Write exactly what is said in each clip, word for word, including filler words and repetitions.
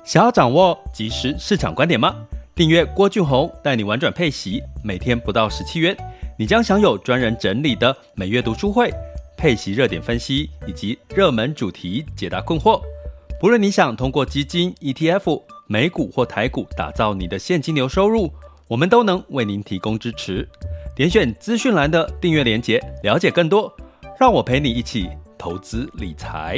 想要掌握即时市场观点吗？订阅郭俊宏带你玩转配息，每天不到十七元，你将享有专人整理的每月读书会、配息热点分析以及热门主题解答困惑。不论你想通过基金、E T F、美股或台股打造你的现金流收入，我们都能为您提供支持。点选资讯栏的订阅连结，了解更多。让我陪你一起投资理财。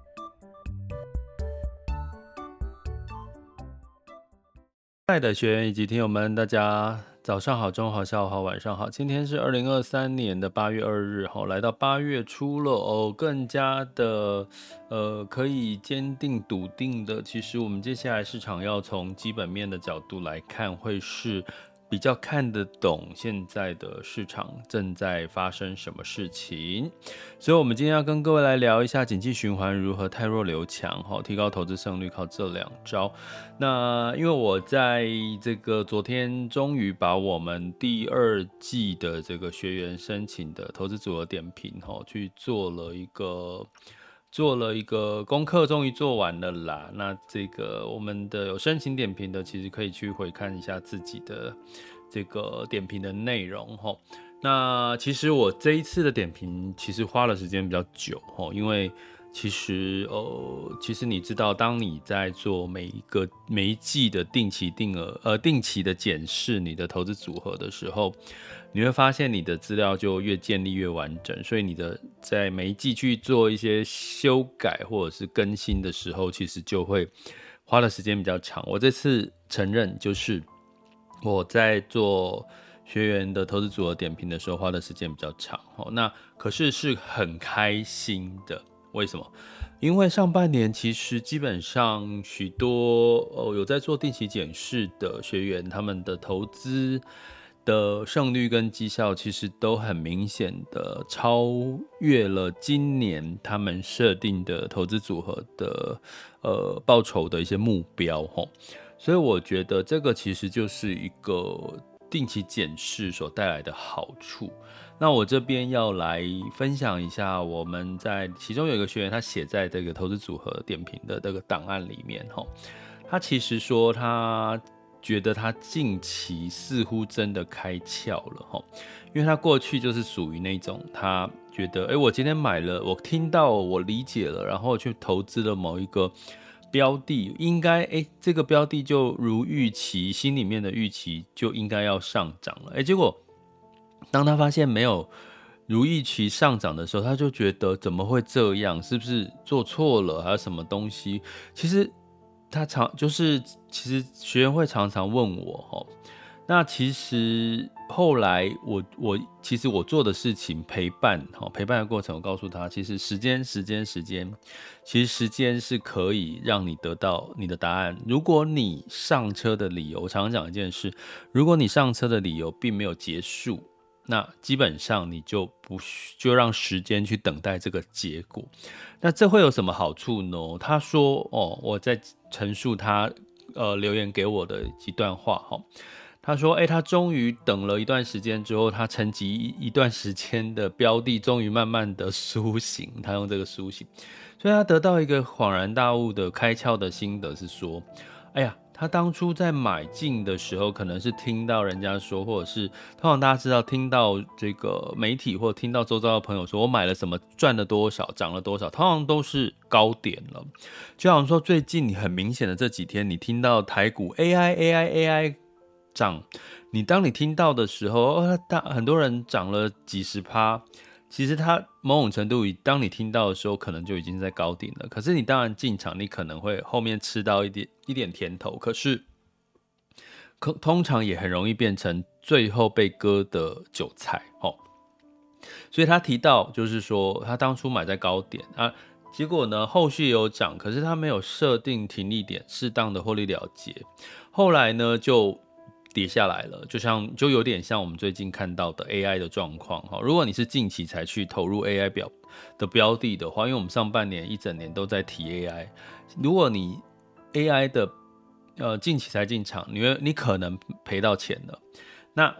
亲爱的学员以及听友们，大家早上好、中午好、下午好、晚上好。今天是二零二三年的八月二日，来到八月初了哦，更加的呃可以坚定笃定的，其实我们接下来市场要从基本面的角度来看，会是比较看得懂现在的市场正在发生什么事情。所以我们今天要跟各位来聊一下景气循环如何汰弱留强，提高投资胜率靠这两招。那因为我在这个昨天终于把我们第二季的这个学员申请的投资组合点评去做了一个做了一个功课，终于做完了啦。那这个我们的有申请点评的，其实可以去回看一下自己的这个点评的内容齁。那其实我这一次的点评其实花了时间比较久齁，因为其实呃，其实你知道，当你在做每一个每一季的定期定额呃定期的检视你的投资组合的时候，你会发现你的资料就越建立越完整，所以你的在每一季去做一些修改或者是更新的时候，其实就会花的时间比较长。我这次承认，就是我在做学员的投资组合点评的时候花的时间比较长，那可是是很开心的。为什么？因为上半年其实基本上许多、哦、有在做定期检视的学员，他们的投资的胜率跟绩效其实都很明显的超越了今年他们设定的投资组合的呃报酬的一些目标齁。所以我觉得这个其实就是一个定期检视所带来的好处。那我这边要来分享一下，我们在其中有一个学员，他写在这个投资组合点评的这个档案里面，他其实说他觉得他近期似乎真的开窍了，因为他过去就是属于那种他觉得，哎，我今天买了，我听到我理解了，然后去投资了某一个标的，应该哎，这个标的就如预期，心里面的预期就应该要上涨了，哎，结果当他发现没有如预期上涨的时候，他就觉得怎么会这样？是不是做错了，还有什么东西？其实他常就是，其实学员会常常问我，那其实后来我我其实我做的事情陪伴陪伴的过程，我告诉他，其实时间时间时间，其实时间是可以让你得到你的答案。如果你上车的理由，我常常讲一件事，如果你上车的理由并没有结束，那基本上你就不就让时间去等待这个结果。那这会有什么好处呢？他说哦，我在陈述他呃留言给我的几段话哈。他说，哎，他终于等了一段时间之后，他沉寂一段时间的标的终于慢慢的苏醒，他用这个苏醒，所以他得到一个恍然大悟的开窍的心得是说，哎呀。他当初在买进的时候，可能是听到人家说，或者是通常大家知道，听到这个媒体或听到周遭的朋友说，我买了什么赚了多少，涨了多少，通常都是高点了。就好像说，最近你很明显的这几天，你听到台股 A I A I A I 涨，你当你听到的时候，哦，很多人涨了几十趴。其实它某种程度，当你听到的时候，可能就已经在高点了。可是你当然进场，你可能会后面吃到一点一点甜头，可是可通常也很容易变成最后被割的韭菜哦。所以他提到，就是说他当初买在高点啊，结果呢后续有涨，可是他没有设定停利点，适当的获利了结，后来呢就跌下来了，就像就有点像我们最近看到的 A I 的状况。如果你是近期才去投入 A I 表的标的的话，因为我们上半年一整年都在提 A I， 如果你 A I 的呃近期才进场，你会你可能赔到钱了。那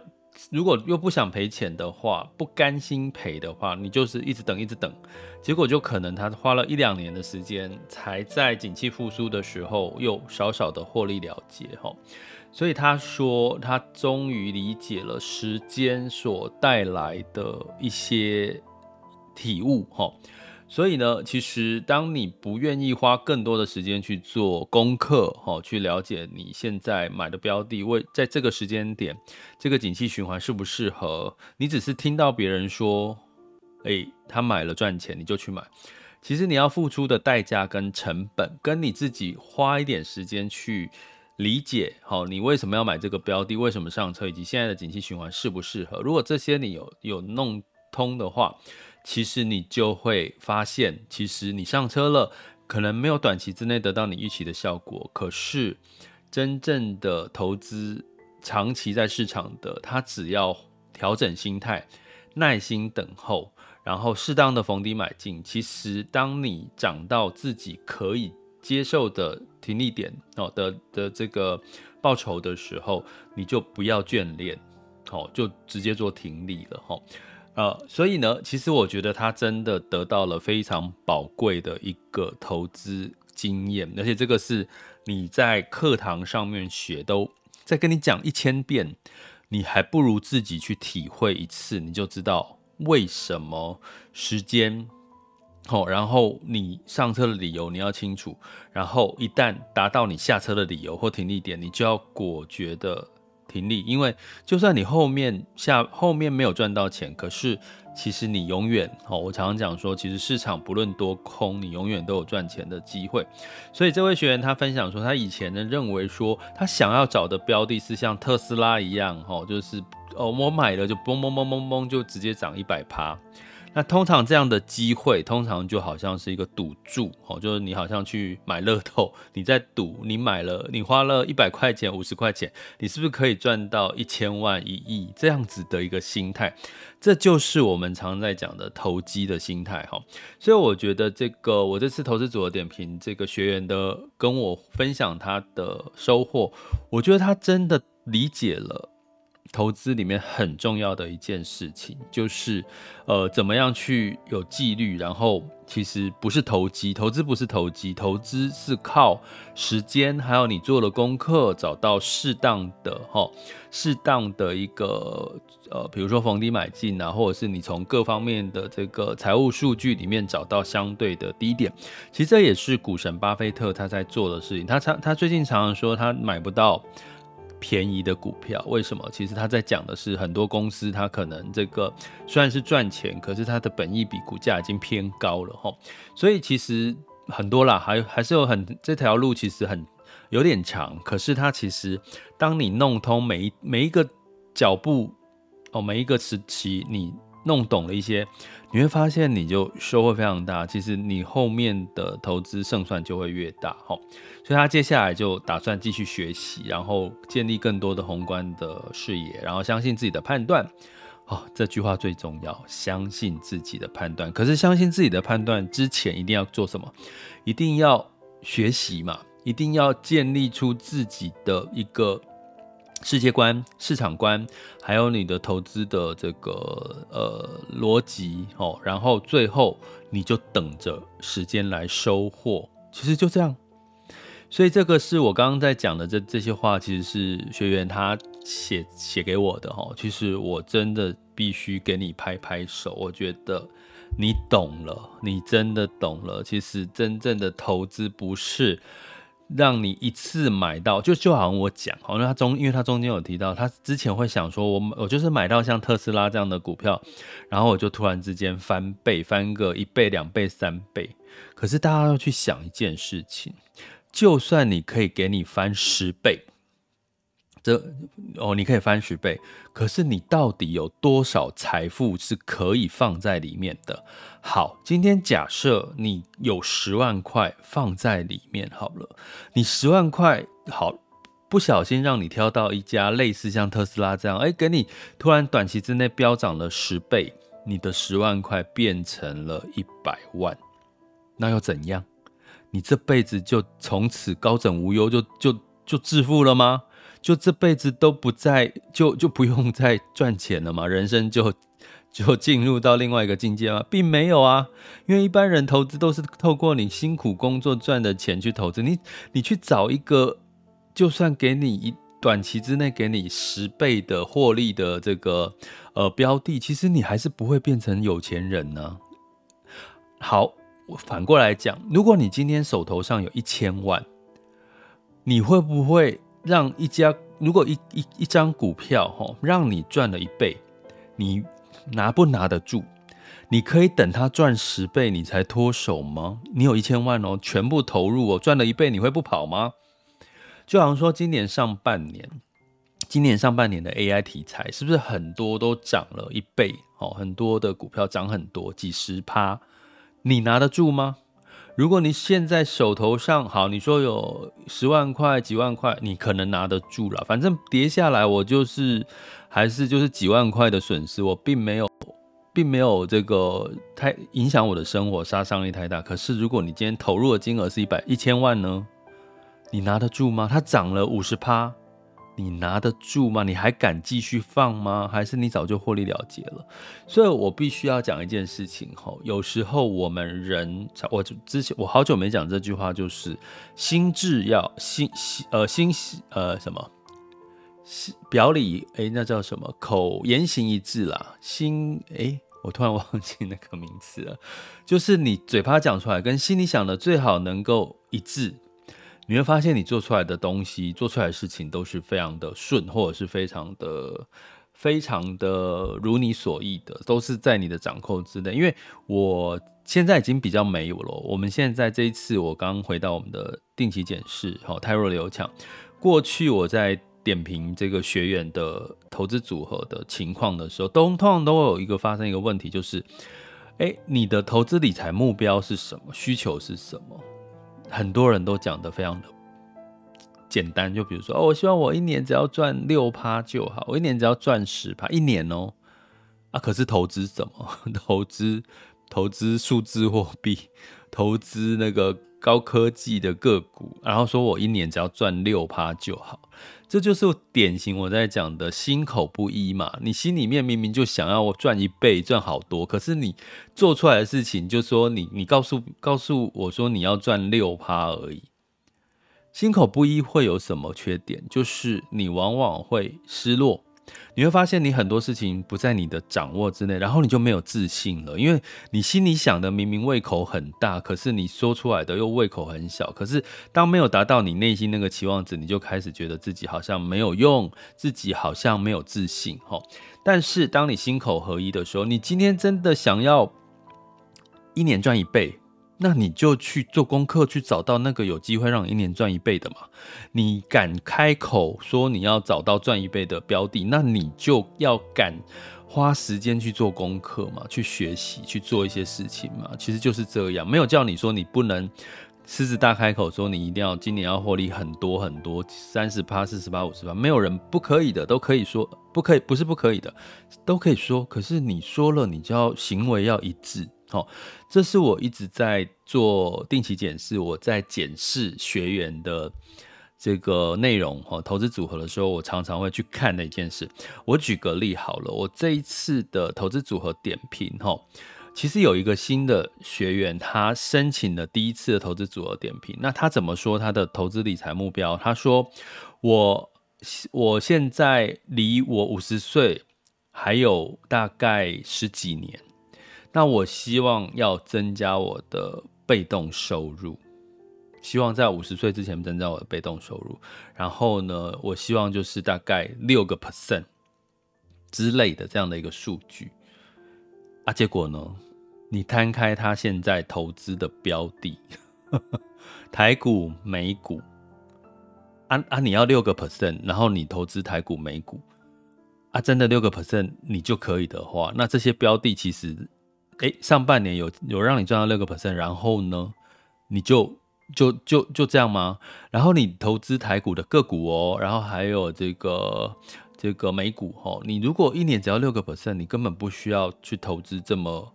如果又不想赔钱的话，不甘心赔的话，你就是一直等一直等，结果就可能他花了一两年的时间，才在景气复苏的时候又少少的获利了结。所以他说他终于理解了时间所带来的一些体悟。所以呢，其实当你不愿意花更多的时间去做功课，去了解你现在买的标的为在这个时间点这个景气循环适不适合，你只是听到别人说欸，他买了赚钱你就去买，其实你要付出的代价跟成本，跟你自己花一点时间去理解你为什么要买这个标的，为什么上车，以及现在的景气循环适不适合，如果这些你有有弄通的话，其实你就会发现，其实你上车了，可能没有短期之内得到你预期的效果，可是真正的投资长期在市场的，他只要调整心态，耐心等候，然后适当的逢低买进，其实当你涨到自己可以接受的停利点 的, 的这个报酬的时候，你就不要眷恋，就直接做停利了。呃，所以呢，其实我觉得他真的得到了非常宝贵的一个投资经验，而且这个是你在课堂上面学，都再跟你讲一千遍，你还不如自己去体会一次，你就知道为什么时间，哦，然后你上车的理由你要清楚，然后一旦达到你下车的理由或停利点，你就要果决的停利，因为就算你后面下后面没有赚到钱，可是其实你永远，我常常讲说，其实市场不论多空，你永远都有赚钱的机会。所以这位学员他分享说，他以前呢认为说，他想要找的标的是像特斯拉一样，就是哦我买了就嘣嘣嘣嘣嘣就直接涨 百分之百。那通常这样的机会，通常就好像是一个赌注，就是你好像去买乐透，你在赌，你买了，你花了一百块钱、五十块钱，你是不是可以赚到一千万、一亿这样子的一个心态？这就是我们常在讲的投机的心态。所以我觉得这个我这次投资组合点评这个学员的跟我分享他的收获，我觉得他真的理解了投资里面很重要的一件事情，就是呃，怎么样去有纪律，然后其实不是投机，投资不是投机，投资是靠时间，还有你做了功课，找到适当的齁，适当的一个呃，比如说逢低买进啊，或者是你从各方面的这个财务数据里面找到相对的低点。其实这也是股神巴菲特他在做的事情，他常他最近常常说他买不到便宜的股票，为什么？其实他在讲的是很多公司他可能这个虽然是赚钱，可是他的本益比股价已经偏高了齁，所以其实很多啦，还还是有很这条路其实很有点长，可是它其实当你弄通每一每一个脚步哦，每一个时期你弄懂了一些，你会发现你就收获非常大，其实你后面的投资胜算就会越大齁。所以他接下来就打算继续学习，然后建立更多的宏观的视野，然后相信自己的判断。哦，这句话最重要，相信自己的判断。可是相信自己的判断之前一定要做什么？一定要学习嘛，一定要建立出自己的一个世界观、市场观，还有你的投资的这个呃逻辑哦，然后最后你就等着时间来收获，其实就这样。所以这个是我刚刚在讲的这这些话，其实是学员他写写给我的齁。其实我真的必须给你拍拍手，我觉得你懂了，你真的懂了。其实真正的投资不是让你一次买到，就就好像我讲，好像他中，因为他中间有提到，他之前会想说我，我我就是买到像特斯拉这样的股票，然后我就突然之间翻倍，翻个一倍、两倍、三倍。可是大家要去想一件事情。就算你可以给你翻十倍，这哦，你可以翻十倍，可是你到底有多少财富是可以放在里面的？好，今天假设你有十万块放在里面好了，你十万块好，不小心让你挑到一家类似像特斯拉这样，哎，给你突然短期之内飙涨了十倍，你的十万块变成了一百万，那又怎样？你这辈子就从此高枕无忧，就就就致富了吗？ 就这辈子都不再就就不用再赚钱了嘛？人生就就进入到另外一个境界吗？并没有啊，因为一般人投资都是透过你辛苦工作赚的钱去投资，你你去找一个，就算给你一短期之内给你十倍的获利的这个呃标的，其实你还是不会变成有钱人呢、啊。好，反过来讲，如果你今天手头上有一千万，你会不会让一家如果一一一张股票吼让你赚了一倍，你拿不拿得住？你可以等它赚十倍你才脱手吗？你有一千万哦，全部投入哦，赚了一倍，你会不跑吗？就好像说今年上半年，今年上半年的 A I 题材是不是很多都涨了一倍？哦，很多的股票涨很多，几十趴，你拿得住吗？如果你现在手头上好，你说有十万块、几万块，你可能拿得住啦。反正跌下来，我就是还是就是几万块的损失，我并没有，并没有这个太影响我的生活，杀伤力太大。可是如果你今天投入的金额是一百一千万呢，你拿得住吗？它涨了五十趴。你拿得住吗？你还敢继续放吗？还是你早就获利了结了？所以我必须要讲一件事情，有时候我们人，我之前我好久没讲这句话，就是心智要心呃心呃什么表里哎那叫什么口言行一致啦，心哎我突然忘记那个名词了，就是你嘴巴讲出来跟心里想的最好能够一致。你会发现你做出来的东西做出来的事情都是非常的顺，或者是非常的非常的如你所意的，都是在你的掌控之内。因为我现在已经比较没有了，我们现在这一次我刚回到我们的定期检视，太弱留强。过去我在点评这个学员的投资组合的情况的时候，都通常都有一个发生一个问题，就是哎，你的投资理财目标是什么？需求是什么？很多人都讲得非常的简单，就比如说，哦，我希望我一年只要赚 百分之六 就好，我一年只要赚 百分之十， 一年哦。啊，可是投资什么？投资投资数字货币，投资那个高科技的个股，然后说我一年只要赚 百分之六 就好。这就是典型我在讲的心口不一嘛，你心里面明明就想要我赚一倍赚好多，可是你做出来的事情就说你你告诉告诉我说你要赚 百分之六 而已。心口不一会有什么缺点？就是你往往会失落，你会发现你很多事情不在你的掌握之内，然后你就没有自信了，因为你心里想的明明胃口很大，可是你说出来的又胃口很小，可是当没有达到你内心那个期望值，你就开始觉得自己好像没有用，自己好像没有自信。但是当你心口合一的时候，你今天真的想要一年赚一倍，那你就去做功课，去找到那个有机会让你一年赚一倍的嘛。你敢开口说你要找到赚一倍的标的，那你就要敢花时间去做功课嘛，去学习，去做一些事情嘛。其实就是这样，没有叫你说你不能狮子大开口说你一定要今年要获利很多很多，百分之三十、百分之四十、百分之五十，没有人不可以的，都可以说，不可以不是不可以的，都可以说。可是你说了，你就要行为要一致。哦，这是我一直在做定期检视，我在检视学员的这个内容，哦，投资组合的时候，我常常会去看的一件事。我举个例好了，我这一次的投资组合点评，哦，其实有一个新的学员，他申请了第一次的投资组合点评。那他怎么说他的投资理财目标？他说我我现在离我五十岁还有大概十几年。那我希望要增加我的被动收入，希望在五十岁之前增加我的被动收入。然后呢，我希望就是大概 百分之六 之类的这样的一个数据。啊，结果呢，你摊开他现在投资的标的，台股、美股，啊啊，你要 百分之六， 然后你投资台股、美股，啊，真的 百分之六 你就可以的话，那这些标的其实诶，上半年有有让你赚到 百分之六， 然后呢，你就就就就这样吗？然后你投资台股的个股哦，然后还有这个这个美股哦，你如果一年只要 百分之六， 你根本不需要去投资这么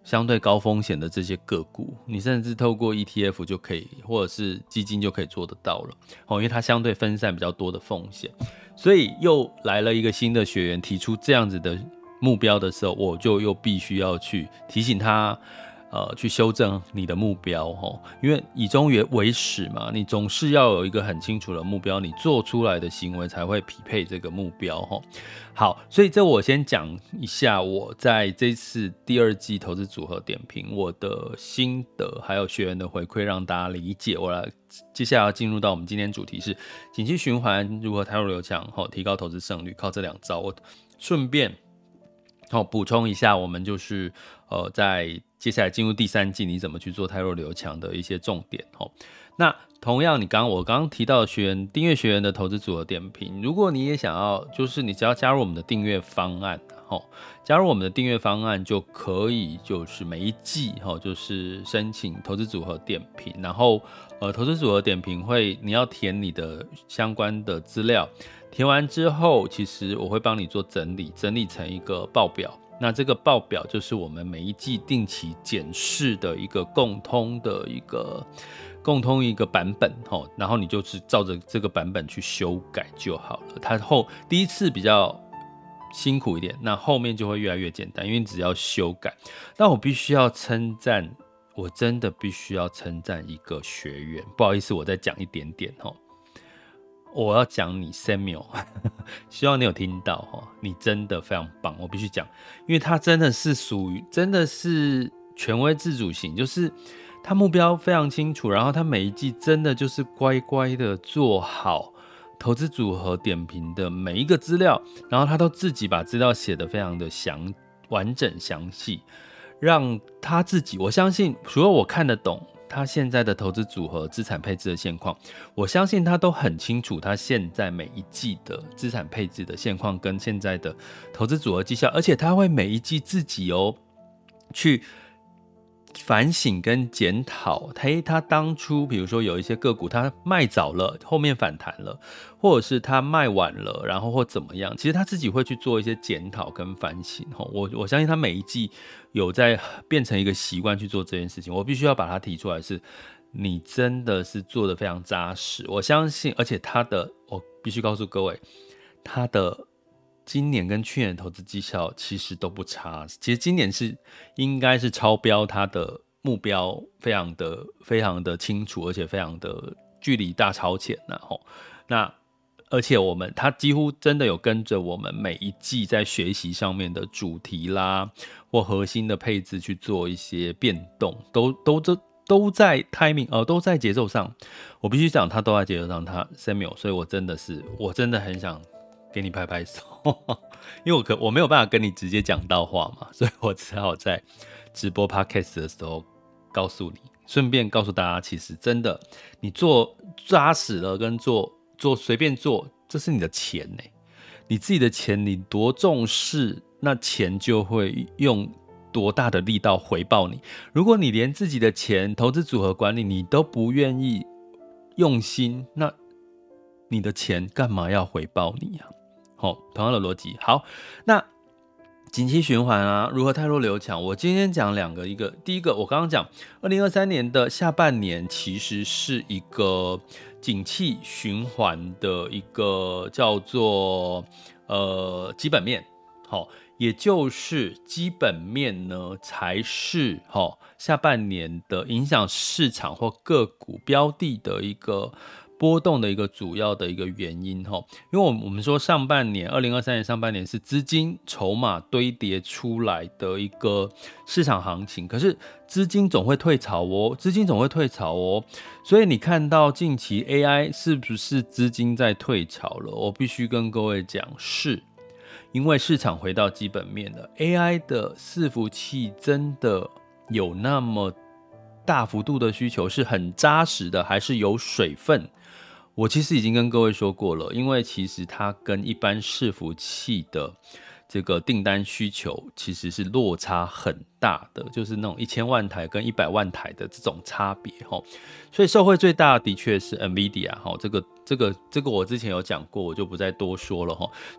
相对高风险的这些个股，你甚至透过 E T F 就可以，或者是基金就可以做得到了，哦，因为它相对分散比较多的风险，所以又来了一个新的学员提出这样子的目标的时候，我就又必须要去提醒他，呃，去修正你的目标，哦，因为以终为始嘛，你总是要有一个很清楚的目标，你做出来的行为才会匹配这个目标，哦。好，所以这我先讲一下我在这次第二季投资组合点评我的心得，还有学员的回馈，让大家理解。我来接下来要进入到我们今天主题是景气循环如何汰弱留强，提高投资胜率，靠这两招。我顺便补充一下，我们就是呃在接下来进入第三季，你怎么去做汰弱留强的一些重点。那同样，你刚刚我刚刚提到的学员订阅学员的投资组合点评，如果你也想要，就是你只要加入我们的订阅方案，哦，加入我们的订阅方案就可以，就是每一季，哦，就是申请投资组合点评，然后呃投资组合点评会你要填你的相关的资料，填完之后，其实我会帮你做整理，整理成一个报表。那这个报表就是我们每一季定期检视的一个共通的一个。共通一个版本，然后你就是照着这个版本去修改就好了。它后第一次比较辛苦一点，那后面就会越来越简单，因为你只要修改。但我必须要称赞，我真的必须要称赞一个学员，不好意思，我再讲一点点，我要讲你 Samuel， 希望你有听到，你真的非常棒，我必须讲，因为他真的是属于真的是权威自主型，就是他目标非常清楚，然后他每一季真的就是乖乖的做好投资组合点评的每一个资料，然后他都自己把资料写得非常的详完整详细，让他自己，我相信除了我看得懂他现在的投资组合资产配置的现况，我相信他都很清楚他现在每一季的资产配置的现况跟现在的投资组合绩效，而且他会每一季自己哦去反省跟检讨，他当初比如说有一些个股他卖早了，后面反弹了，或者是他卖晚了，然后或怎么样，其实他自己会去做一些检讨跟反省。我我相信他每一季有在变成一个习惯去做这件事情，我必须要把它提出来，是你真的是做得非常扎实，我相信，而且他的我必须告诉各位，他的今年跟去年的投资绩效其实都不差，其实今年是应该是超标，他的目标非常的非常的清楚，而且非常的距离大超前，啊，那而且我们他几乎真的有跟着我们每一季在学习上面的主题啦，或核心的配置去做一些变动，都都都都在 timing，呃，都在节奏上。我必须讲，他都在节奏上，他 Samuel， 所以我真的是，我真的很想给你拍拍手，因为我可我没有办法跟你直接讲到话嘛，所以我只好在直播 podcast 的时候告诉你，顺便告诉大家，其实真的你做扎实了，跟做做随便做，这是你的钱呢，你自己的钱，你多重视，那钱就会用多大的力道回报你。如果你连自己的钱投资组合管理你都不愿意用心，那你的钱干嘛要回报你啊？哦，同样的逻辑。好，那景气循环啊，如何汰弱留强？我今天讲两个，一个第一个，我刚刚讲二零二三年的下半年其实是一个景气循环的一个叫做呃基本面，好，哦，也就是基本面呢才是，哦，下半年的影响市场或个股标的的一个波动的一个主要的一个原因，因为我们说上半年二零二三年上半年是资金筹码堆叠出来的一个市场行情，可是资金总会退潮哦，资金总会退潮哦，所以你看到近期 A I 是不是资金在退潮了？我必须跟各位讲，是因为市场回到基本面了， A I 的伺服器真的有那么大幅度的需求，是很扎实的，还是有水分？我其实已经跟各位说过了，因为其实它跟一般伺服器的这个订单需求其实是落差很大的，就是那种一千万台跟一百万台的这种差别，所以受惠最大的确是 NVIDIA， 这个这个这个我之前有讲过，我就不再多说了，所以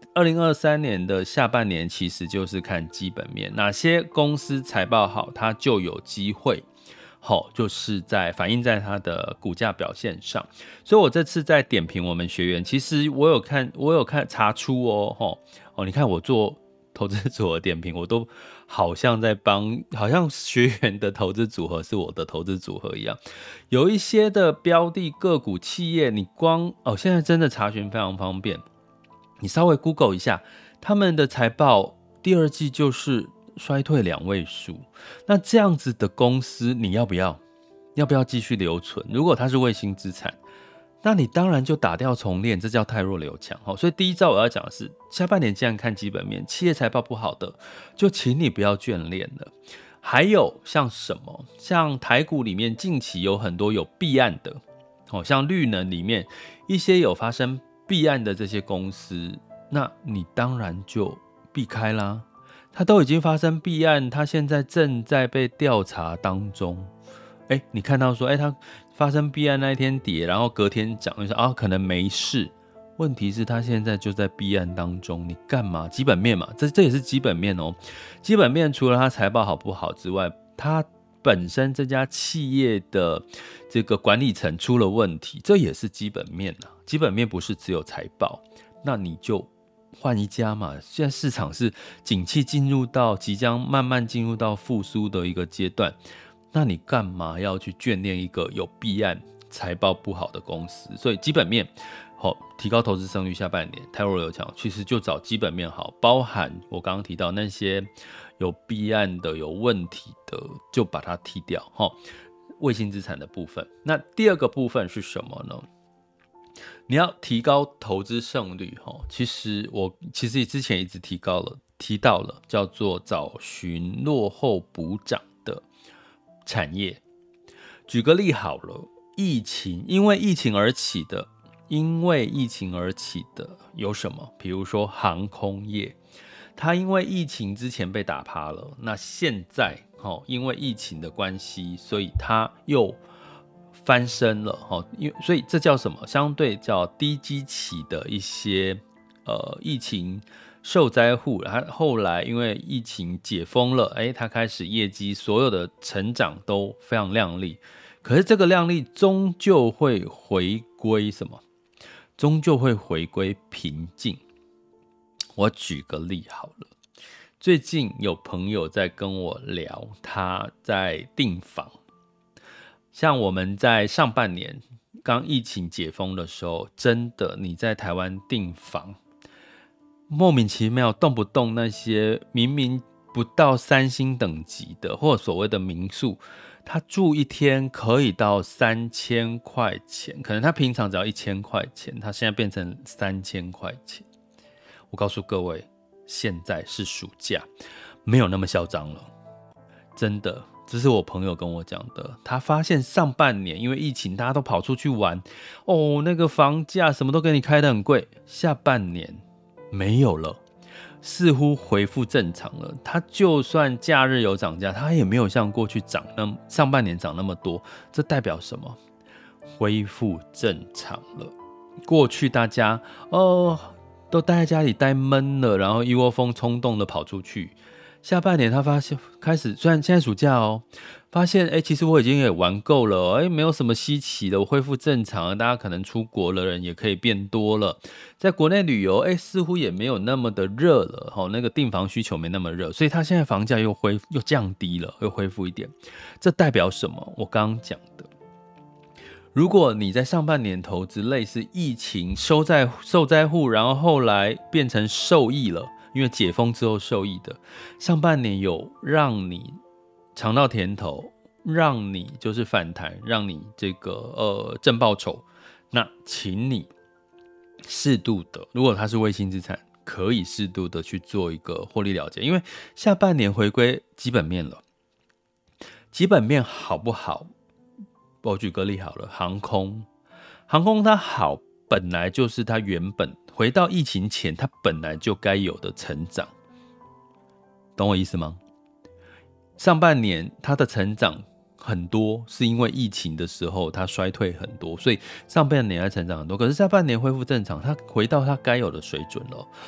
二零二三年的下半年其实就是看基本面，哪些公司财报好，它就有机会，好，就是在反映在它的股价表现上。所以我这次在点评我们学员，其实我有看，我有看查出哦，哦，你看我做投资组合点评，我都好像在帮，好像学员的投资组合是我的投资组合一样。有一些的标的个股企业，你光哦，现在真的查询非常方便。你稍微 Google 一下，他们的财报第二季就是衰退两位数，那这样子的公司，你要不要？要不要继续留存？如果它是卫星资产，那你当然就打掉重练，这叫汰弱留强。所以第一招我要讲的是，下半年既然看基本面，企业财报不好的，就请你不要眷恋了。还有像什么，像台股里面近期有很多有弊案的，像绿能里面一些有发生弊案的这些公司，那你当然就避开啦。它都已经发生弊案，它现在正在被调查当中。哎，你看到说，哎，它发生弊案那一天跌，然后隔天涨，就说啊，可能没事。问题是它现在就在弊案当中，你干嘛？基本面嘛，这这也是基本面哦。基本面除了它财报好不好之外，它本身这家企业的这个管理层出了问题，这也是基本面啊。基本面不是只有财报，那你就换一家嘛。现在市场是景气进入到即将慢慢进入到复苏的一个阶段，那你干嘛要去眷恋一个有弊案、财报不好的公司？所以基本面好，提高投资胜率，下半年汰弱留强，其实就找基本面好，包含我刚刚提到那些有弊案的、有问题的，就把它剔掉。卫星资产的部分，那第二个部分是什么呢？你要提高投资胜率，其实我其实之前一直提高了，提到了叫做找寻落后补涨的产业。举个例好了，疫情，因为疫情而起的，因为疫情而起的有什么？比如说航空业，它因为疫情之前被打趴了，那现在因为疫情的关系，所以它又翻身了，所以这叫什么？相对叫低基期的一些呃疫情受灾户，他后来因为疫情解封了，哎，他开始业绩所有的成长都非常亮丽，可是这个亮丽终究会回归什么？终究会回归平静。我举个例好了，最近有朋友在跟我聊，他在订房。像我们在上半年刚疫情解封的时候，真的你在台湾订房，莫名其妙动不动那些明明不到三星等级的，或所谓的民宿，他住一天可以到三千块钱，可能他平常只要一千块钱，他现在变成三千块钱。我告诉各位，现在是暑假，没有那么嚣张了，真的。这是我朋友跟我讲的，他发现上半年因为疫情，大家都跑出去玩，哦，那个房价什么都给你开得很贵，下半年没有了，似乎恢复正常了。他就算假日有涨价，他也没有像过去涨那上半年涨那么多，这代表什么？恢复正常了。过去大家哦都待在家里待闷了，然后一窝蜂冲动的跑出去。下半年他发现开始，虽然现在暑假哦，发现哎，其实我已经也玩够了哦，哎，没有什么稀奇的，我恢复正常了，大家可能出国的人也可以变多了，在国内旅游，哎，似乎也没有那么的热了，哦，那个订房需求没那么热，所以他现在房价又恢又降低了，又恢复一点，这代表什么？我刚刚讲的，如果你在上半年投资类似疫情受灾受灾户，然后后来变成受益了。因为解封之后受益的，上半年有让你尝到甜头，让你就是反弹，让你这个呃正报酬，那请你适度的，如果它是卫星资产，可以适度的去做一个获利了结，因为下半年回归基本面了，基本面好不好？我举个例好了，航空，航空它好，本来就是它原本。回到疫情前，它本来就该有的成长，懂我意思吗？上半年它的成长很多，是因为疫情的时候它衰退很多，所以上半年它成长很多。可是下半年恢复正常，它回到它该有的水准了。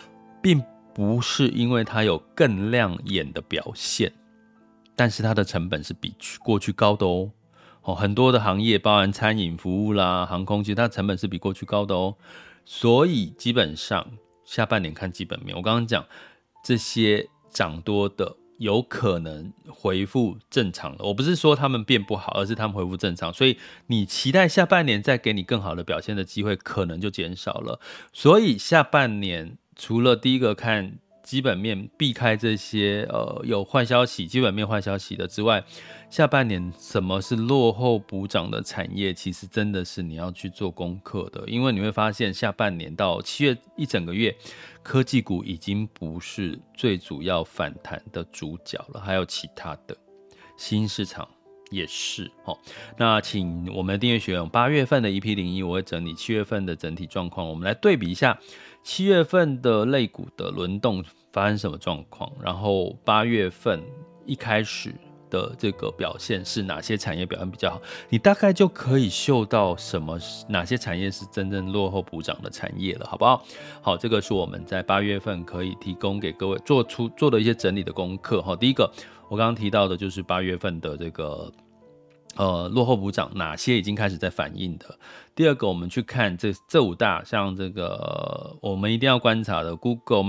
并不是因为它有更亮眼的表现，但是它的成本是比过去高的哦。哦，很多的行业，包含餐饮服务啦、航空，其实它的成本是比过去高的哦。所以基本上下半年看基本面，我刚刚讲这些涨多的有可能恢复正常了。我不是说他们变不好，而是他们恢复正常。所以你期待下半年再给你更好的表现的机会，可能就减少了。所以下半年除了第一个看基本面，避开这些呃有坏消息、基本面坏消息的之外，下半年什么是落后补涨的产业，其实真的是你要去做功课的，因为你会发现下半年到七月一整个月，科技股已经不是最主要反弹的主角了，还有其他的新市场也是。哦，那请我们的订阅学员八月份的 E P 零一，我会整理七月份的整体状况，我们来对比一下七月份的类股的轮动发生什么状况，然后八月份一开始的这个表现是哪些产业表现比较好，你大概就可以嗅到什么哪些产业是真正落后补涨的产业了，好不好？好，这个是我们在八月份可以提供给各位做出做的一些整理的功课。第一个我刚刚提到的就是八月份的这个呃，落后补涨哪些已经开始在反应的。第二个，我们去看这这五大，像这个我们一定要观察的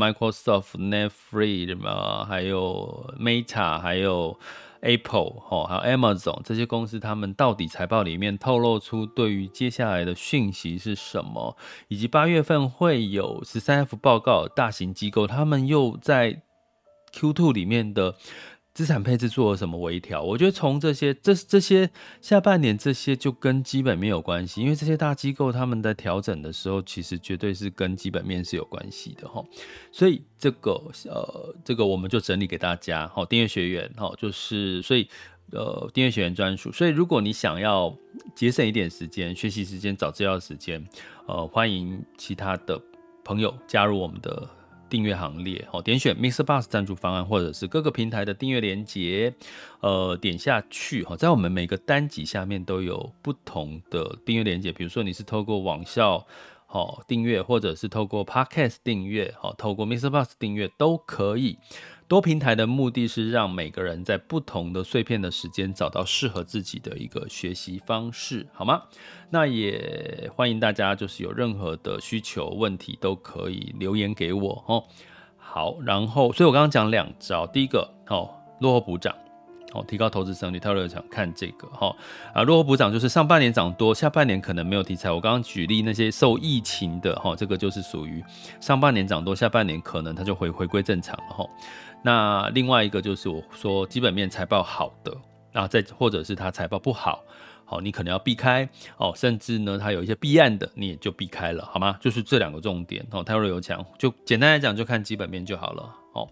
Google、Microsoft、Netflix 还有 Meta， 还有 Apple， 还有 Amazon 这些公司，他们到底财报里面透露出对于接下来的讯息是什么，以及八月份会有 十三 F 报告，大型机构他们又在 Q 二 里面的资产配置做了什么微调？我觉得从这些这这些下半年这些就跟基本面有关系，因为这些大机构他们在调整的时候，其实绝对是跟基本面是有关系的哈。所以这个呃这个我们就整理给大家哈，订阅学员哈，就是所以呃订阅学员专属。所以如果你想要节省一点时间、学习时间、找资料的时间，呃欢迎其他的朋友加入我们的订阅行列，点选 MixerBox 赞助方案，或者是各个平台的订阅连结，呃，点下去，在我们每个单集下面都有不同的订阅连结，比如说你是透过网校订阅，或者是透过 Podcast 订阅，透过 MixerBox 订阅都可以。多平台的目的是让每个人在不同的碎片的时间找到适合自己的一个学习方式，好吗？那也欢迎大家就是有任何的需求问题都可以留言给我哦。好，然后所以我刚刚讲两招，第一个哦，落后补涨。哦，提高投资胜率，特别想看这个哈啊，落后补涨就是上半年涨多，下半年可能没有题材。我刚刚举例那些受疫情的哈，这个就是属于上半年涨多，下半年可能它就回回归正常了哈。那另外一个就是我说基本面财报好的，啊，再或者是它财报不好，好，你可能要避开哦，甚至呢它有一些弊案的，你也就避开了，好吗？就是这两个重点哦，泰瑞有讲，就简单来讲就看基本面就好了哦。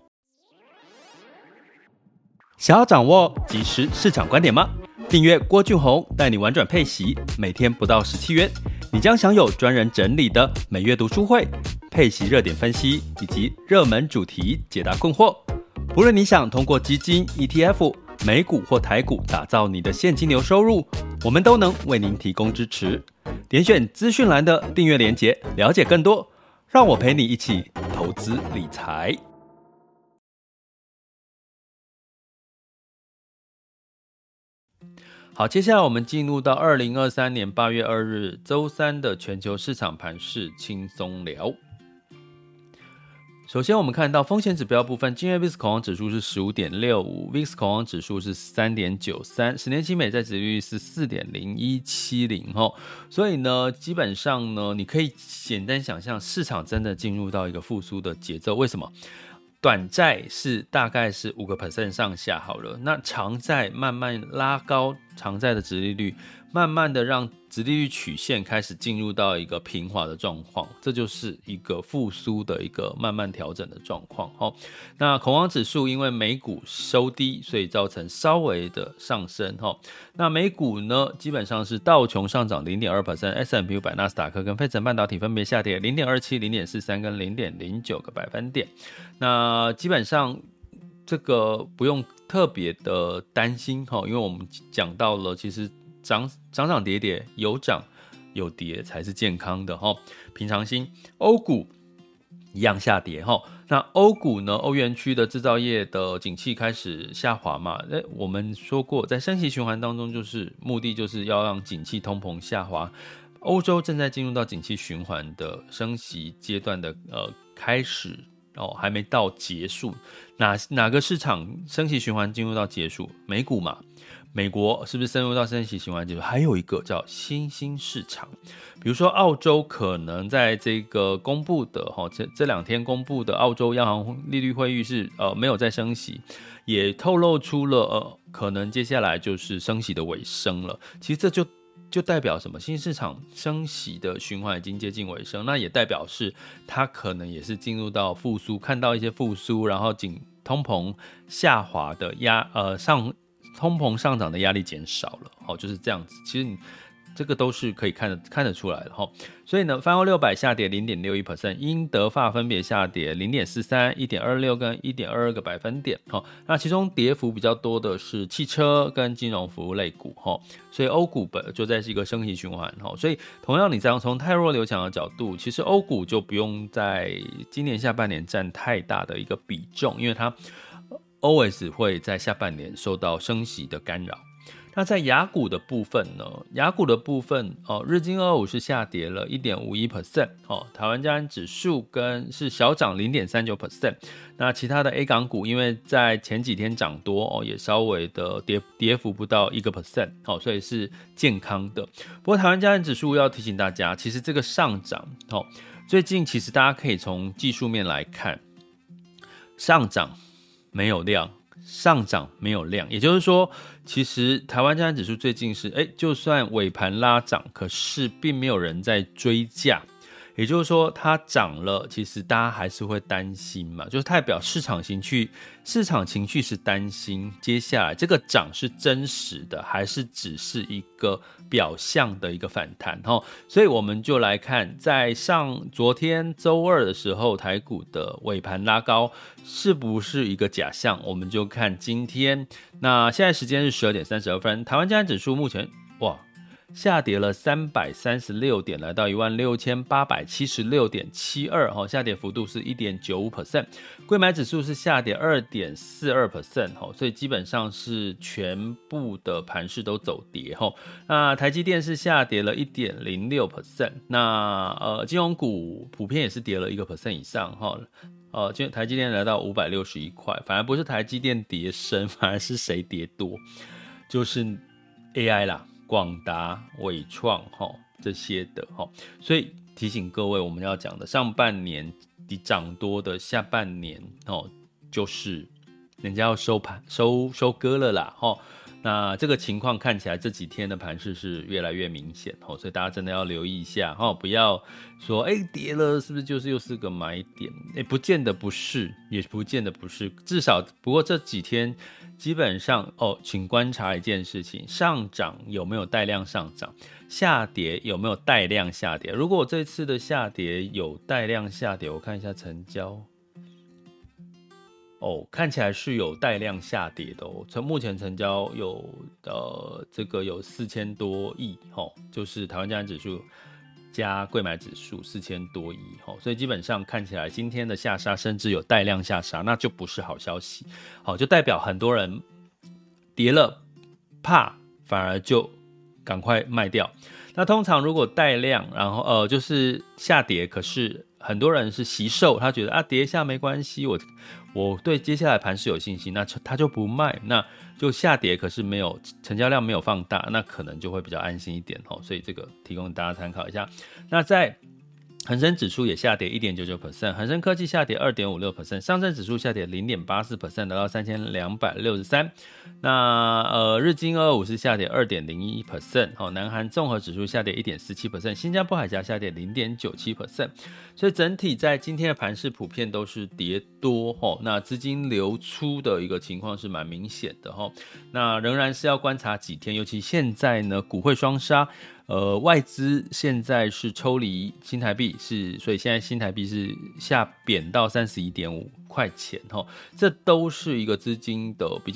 想要掌握即时市场观点吗？订阅郭俊宏带你玩转配息，每天不到十七元，你将享有专人整理的每月读书会、配息热点分析以及热门主题解答困惑。不论你想通过基金、E T F、美股或台股打造你的现金流收入，我们都能为您提供支持。点选资讯栏的订阅连结，了解更多。让我陪你一起投资理财。好，接下来我们进入到二零二三年八月二日周三的全球市场盘势轻松聊。首先我们看到风险指标部分，今日 V I X 恐慌指数是 十五点六五， V I X 恐慌指数是 三点九三， 十年期美债殖利率是 四点零一七零。 所以呢基本上呢你可以简单想象市场真的进入到一个复苏的节奏。为什么？短债是大概是 百分之五 上下好了，那长债慢慢拉高，长债的殖利率慢慢的让殖利率曲线开始进入到一个平滑的状况，这就是一个复苏的一个慢慢调整的状况。那恐慌指数因为美股收低，所以造成稍微的上升。那美股呢基本上是道琼上涨 零点二 ，S and P 五百 纳斯达克跟费城半导体分别下跌 零点二七、零点四三 跟 零点零九 个百分点。那基本上这个不用特别的担心，因为我们讲到了其实涨涨涨跌跌，有涨有跌才是健康的，平常心。欧股一样下跌， 那欧股呢？欧元区的制造业的景气开始下滑嘛？诶，我们说过，在升息循环当中，就是目的就是要让景气通膨下滑。欧洲正在进入到景气循环的升息阶段的呃开始哦，还没到结束。哪哪个市场升息循环进入到结束？美股嘛。美国是不是深入到升息循环结束？还有一个叫新兴市场，比如说澳洲可能在这个公布的哈，这这两天公布的澳洲央行利率会议是呃没有再升息，也透露出了呃可能接下来就是升息的尾声了。其实这就就代表什么？新市场升息的循环已经接近尾声，那也代表是它可能也是进入到复苏，看到一些复苏，然后紧通膨下滑的压呃上。通膨上涨的压力减少了，哦，就是这样子。其实你这个都是可以看得看得出来的哈。所以呢，泛欧六百下跌 零点六一 percent， 英德法分别下跌 零点四三、一点二六 跟 一点二二 个百分点。哈，那其中跌幅比较多的是汽车跟金融服务类股。哈，所以欧股本就在是一个升息循环。哈，所以同样你这样从太弱留强的角度，其实欧股就不用在今年下半年占太大的一个比重，因为它always 会在下半年受到升息的干扰。那在亚股的部分呢？亚股的部分哦，日经二二五是下跌了 一点五一 percent， 哦，台湾加权指数跟是小涨 零点三九 percent。那其他的 A 港股因为在前几天涨多哦，也稍微的跌跌幅不到一个 percent， 哦，所以是健康的。不过台湾加权指数要提醒大家，其实这个上涨哦，最近其实大家可以从技术面来看，上涨没有量，上涨没有量，也就是说，其实台湾加权指数最近是，哎，就算尾盘拉涨，可是并没有人在追价，也就是说，它涨了，其实大家还是会担心嘛，就是代表市场情绪，市场情绪是担心接下来这个涨是真实的，还是只是一个表象的一个反弹哈？所以我们就来看，在上昨天周二的时候，台股的尾盘拉高是不是一个假象？我们就看今天，那现在时间是十二点三十二分，台湾加权指数目前哇。下跌了三百三十六点，来到 一万六千八百七十六点七二， 下跌幅度是 一点九五 percent。 柜买指数是下跌 二点四二 percent， 所以基本上是全部的盘势都走跌。那台积电是下跌了 一点零六 percent， 那呃金融股普遍也是跌了 百分之一 以上。呃，台积电来到五百六十一块，反而不是台积电跌深，反而是谁跌多？就是 A I 啦。广达、伟创这些的，所以提醒各位，我们要讲的上半年涨多的，下半年就是人家要收盘收收割了啦。那这个情况看起来这几天的盘势是越来越明显，所以大家真的要留意一下，不要说哎跌了是不是就是又是个买点？哎，不见得不是，也不见得不是，至少不过这几天。基本上哦，请观察一件事情：上涨有没有带量上涨，下跌有没有带量下跌。如果这次的下跌有带量下跌，我看一下成交，哦，看起来是有带量下跌的哦。从目前成交有呃这个有四千多亿，哦，就是台湾加权指数加柜买指数四千多亿，所以基本上看起来今天的下杀甚至有带量下杀，那就不是好消息，好，就代表很多人跌了怕，反而就赶快卖掉。那通常如果带量，然后呃就是下跌，可是很多人是惜售，他觉得啊跌一下没关系，我我对接下来盘势有信心，那他就不卖，那就下跌，可是没有成交量没有放大，那可能就会比较安心一点，所以这个提供大家参考一下。那在恒生指数也下跌 一点九九 percent， 恒生科技下跌 二点五六 percent， 上证指数下跌 零点八四 percent， 来到三千两百六十三。那呃日经二二五是下跌 二点零一 percent， 哦，南韩综合指数下跌 一点四七 percent， 新加坡海峡下跌 零点九七 percent。 所以整体在今天的盘势普遍都是跌多，哦，那资金流出的一个情况是蛮明显的，哦，那仍然是要观察几天，尤其现在呢股汇双杀。呃，外资现在是抽离新台币，是所以现在新台币是下贬到 三十一点五块钱，这都是一个资金的比较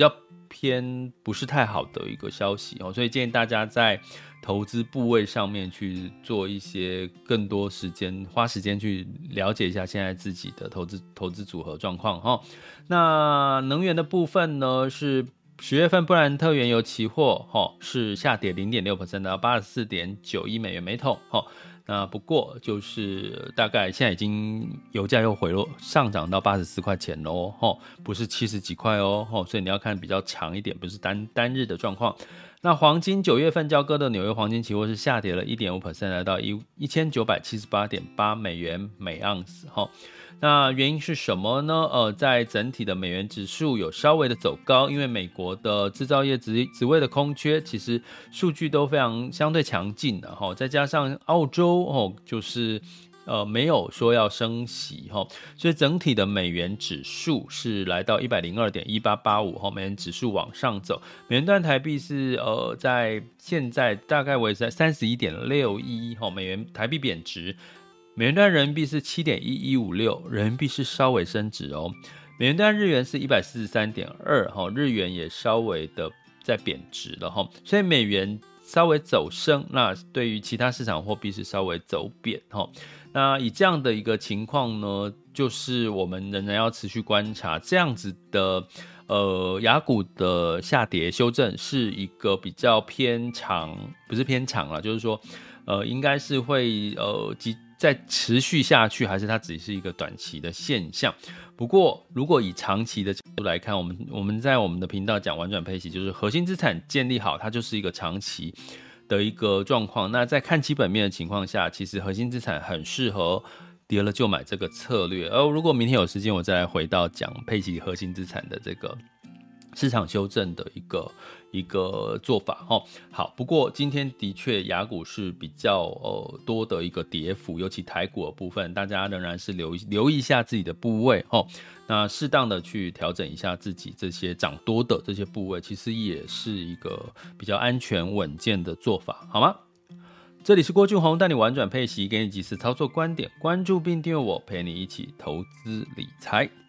偏不是太好的一个消息哦，所以建议大家在投资部位上面去做一些更多时间，花时间去了解一下现在自己的投资投资组合状况哈。那能源的部分呢，是十月份布兰特原油期货哈是下跌 百分之零点六 到 八十四点九一美元每桶哈。那不过就是大概现在已经油价又回落上涨到八十四块钱喽，不是七十几块哦，所以你要看比较长一点，不是单单日的状况。那黄金九月份交割的纽约黄金期货是下跌了 百分之一点五， 来到一千九百七十八点八美元每盎司。那原因是什么呢？呃，在整体的美元指数有稍微的走高，因为美国的制造业职职位的空缺，其实数据都非常相对强劲的哈，再加上澳洲哦，就是呃没有说要升息哈，所以整体的美元指数是来到 一百零二点一八八五 哈，美元指数往上走，美元兑台币是呃在现在大概为在 三十一点六一 哈，美元台币贬值。美元兑人民币是 七点一一五六， 人民币是稍微升值哦。美元兑日元是 一百四十三点二， 日元也稍微的在贬值了，所以美元稍微走升，那对于其他市场货币是稍微走贬。那以这样的一个情况呢，就是我们仍然要持续观察这样子的呃雅股的下跌修正是一个比较偏长，不是偏长啦，就是说呃应该是会呃再持续下去，还是它只是一个短期的现象。不过如果以长期的角度来看，我们我们在我们的频道讲玩转配息，就是核心资产建立好，它就是一个长期的一个状况。那在看基本面的情况下，其实核心资产很适合跌了就买这个策略。而如果明天有时间，我再来回到讲配息核心资产的这个市场修正的一个一个做法。好，不过今天的确雅股是比较、呃、多的一个跌幅，尤其台股的部分，大家仍然是留留意一下自己的部位，那适当的去调整一下自己这些涨多的这些部位，其实也是一个比较安全稳健的做法，好吗？这里是郭俊宏，带你玩转配息，给你及时操作观点，关注并订阅我，陪你一起投资理财。